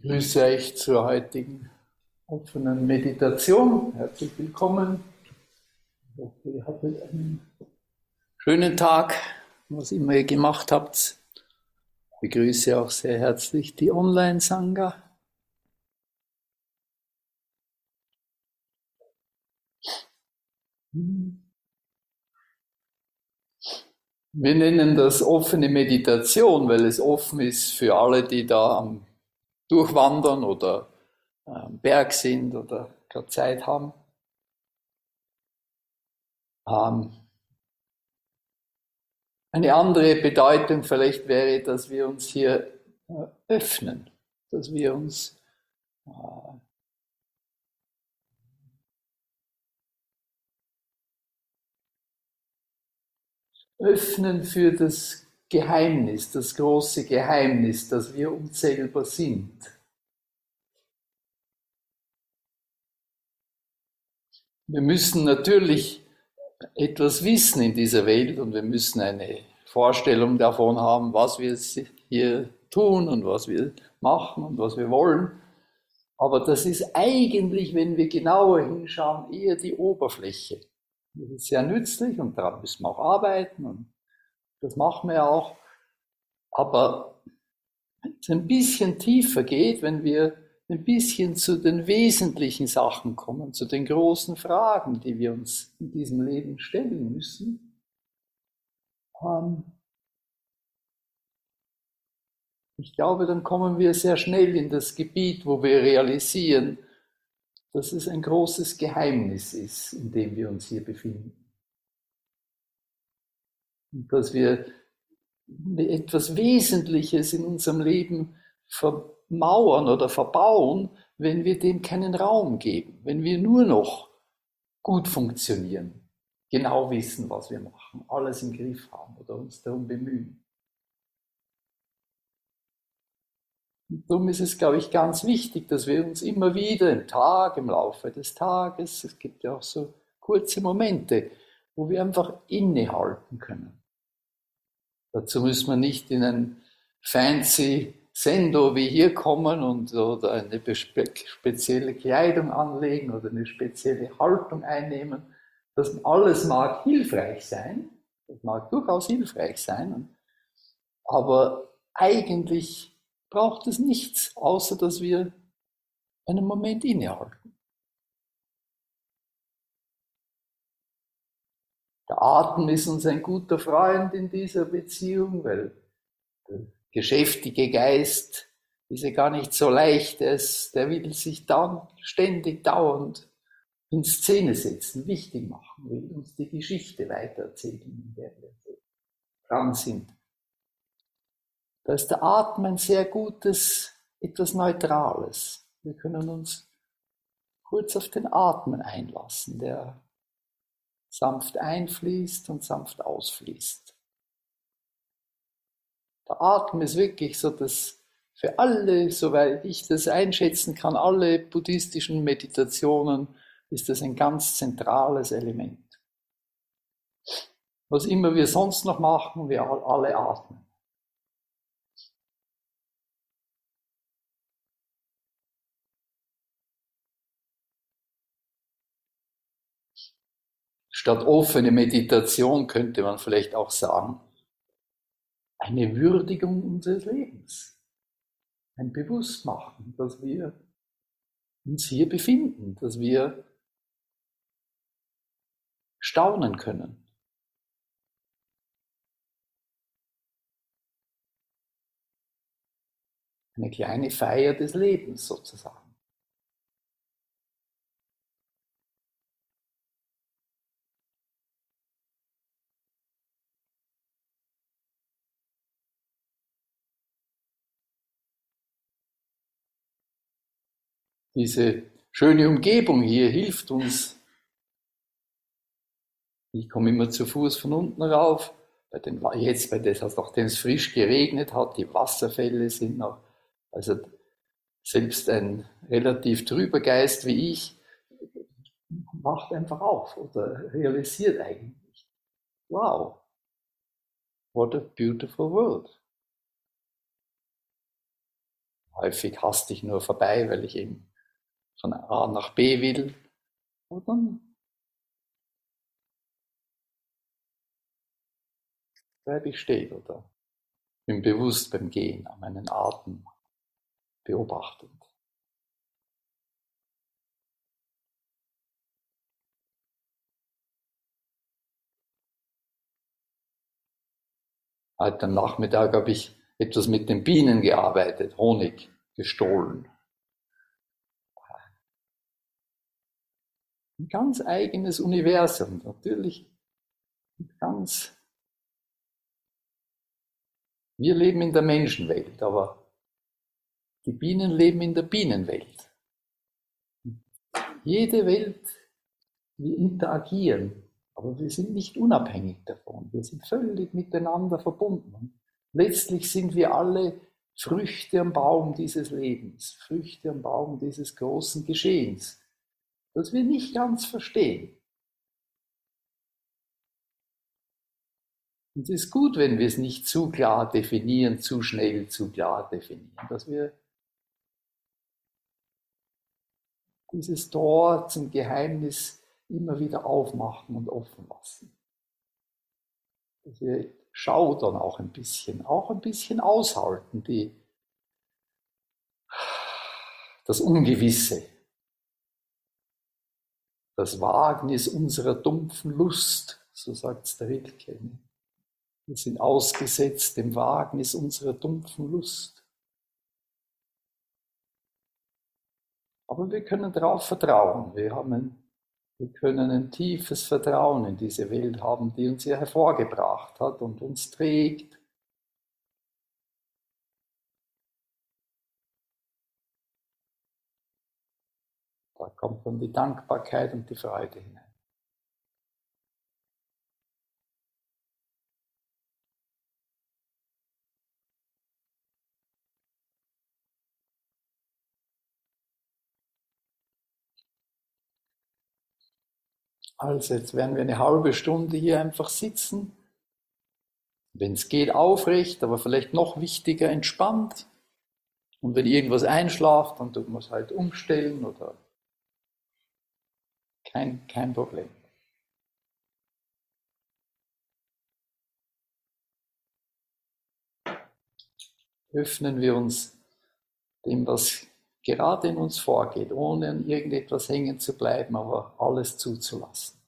Grüße euch zur heutigen offenen Meditation. Herzlich willkommen. Ich hoffe, ihr hattet einen schönen Tag, was immer ihr gemacht habt. Ich begrüße auch sehr herzlich die Online-Sangha. Wir nennen das offene Meditation, weil es offen ist für alle, die da am Durchwandern oder am Berg sind oder gerade Zeit haben. Eine andere Bedeutung vielleicht wäre, dass wir uns hier öffnen, dass wir uns öffnen für das Geheimnis, das große Geheimnis, dass wir uns selber sind. Wir müssen natürlich etwas wissen in dieser Welt und wir müssen eine Vorstellung davon haben, was wir hier tun und was wir machen und was wir wollen. Aber das ist eigentlich, wenn wir genauer hinschauen, eher die Oberfläche. Das ist sehr nützlich und daran müssen wir auch arbeiten und das machen wir auch. Aber wenn es ein bisschen tiefer geht, wenn wir ein bisschen zu den wesentlichen Sachen kommen, zu den großen Fragen, die wir uns in diesem Leben stellen müssen, ich glaube, dann kommen wir sehr schnell in das Gebiet, wo wir realisieren, dass es ein großes Geheimnis ist, in dem wir uns hier befinden. Und dass wir etwas Wesentliches in unserem Leben vermauern oder verbauen, wenn wir dem keinen Raum geben, wenn wir nur noch gut funktionieren, genau wissen, was wir machen, alles im Griff haben oder uns darum bemühen. Und darum ist es, glaube ich, ganz wichtig, dass wir uns immer wieder im Laufe des Tages, es gibt ja auch so kurze Momente, wo wir einfach innehalten können. Dazu muss man nicht in ein fancy Sendo wie hier kommen oder eine spezielle Kleidung anlegen oder eine spezielle Haltung einnehmen. Das alles mag hilfreich sein, das mag durchaus hilfreich sein, aber eigentlich braucht es nichts, außer dass wir einen Moment innehalten. Der Atem ist uns ein guter Freund in dieser Beziehung, weil der geschäftige Geist ist ja gar nicht so leicht, der will sich dann ständig dauernd in Szene setzen, wichtig machen, will uns die Geschichte weitererzählen, in der wir dran sind. Da ist der Atem ein sehr gutes, etwas Neutrales. Wir können uns kurz auf den Atem einlassen, der sanft einfließt und sanft ausfließt. Der Atem ist wirklich so das für alle, soweit ich das einschätzen kann, alle buddhistischen Meditationen ist das ein ganz zentrales Element. Was immer wir sonst noch machen, wir alle atmen. Statt offene Meditation könnte man vielleicht auch sagen, eine Würdigung unseres Lebens. Ein Bewusstmachen, dass wir uns hier befinden, dass wir staunen können. Eine kleine Feier des Lebens sozusagen. Diese schöne Umgebung hier hilft uns. Ich komme immer zu Fuß von unten rauf. Nachdem es frisch geregnet hat, die Wasserfälle sind noch, also selbst ein relativ trüber Geist wie ich wacht einfach auf oder realisiert eigentlich, wow, what a beautiful world. Häufig haste ich nur vorbei, weil ich eben von A nach B will. Und dann bleibe ich stehen oder bin bewusst beim Gehen an meinen Atem beobachtend. Heute am Nachmittag habe ich etwas mit den Bienen gearbeitet, Honig gestohlen. Ein ganz eigenes Universum, natürlich ganz. Wir leben in der Menschenwelt, aber die Bienen leben in der Bienenwelt. Jede Welt, wir interagieren, aber wir sind nicht unabhängig davon. Wir sind völlig miteinander verbunden. Und letztlich sind wir alle Früchte am Baum dieses Lebens, Früchte am Baum dieses großen Geschehens, das wir nicht ganz verstehen. Und es ist gut, wenn wir es nicht zu klar definieren, zu schnell zu klar definieren, dass wir dieses Tor zum Geheimnis immer wieder aufmachen und offen lassen. Dass wir schaudern auch ein bisschen aushalten, das Ungewisse, das Wagnis unserer dumpfen Lust, so sagt es der Rilke. Wir sind ausgesetzt dem Wagnis unserer dumpfen Lust. Aber wir können darauf vertrauen. Wir können ein tiefes Vertrauen in diese Welt haben, die uns hier hervorgebracht hat und uns trägt. Da kommt dann die Dankbarkeit und die Freude hinein. Also jetzt werden wir eine halbe Stunde hier einfach sitzen. Wenn es geht, aufrecht, aber vielleicht noch wichtiger, entspannt. Und wenn irgendwas einschlaft, dann tut man es halt umstellen oder kein Problem. Öffnen wir uns dem, was gerade in uns vorgeht, ohne an irgendetwas hängen zu bleiben, aber alles zuzulassen.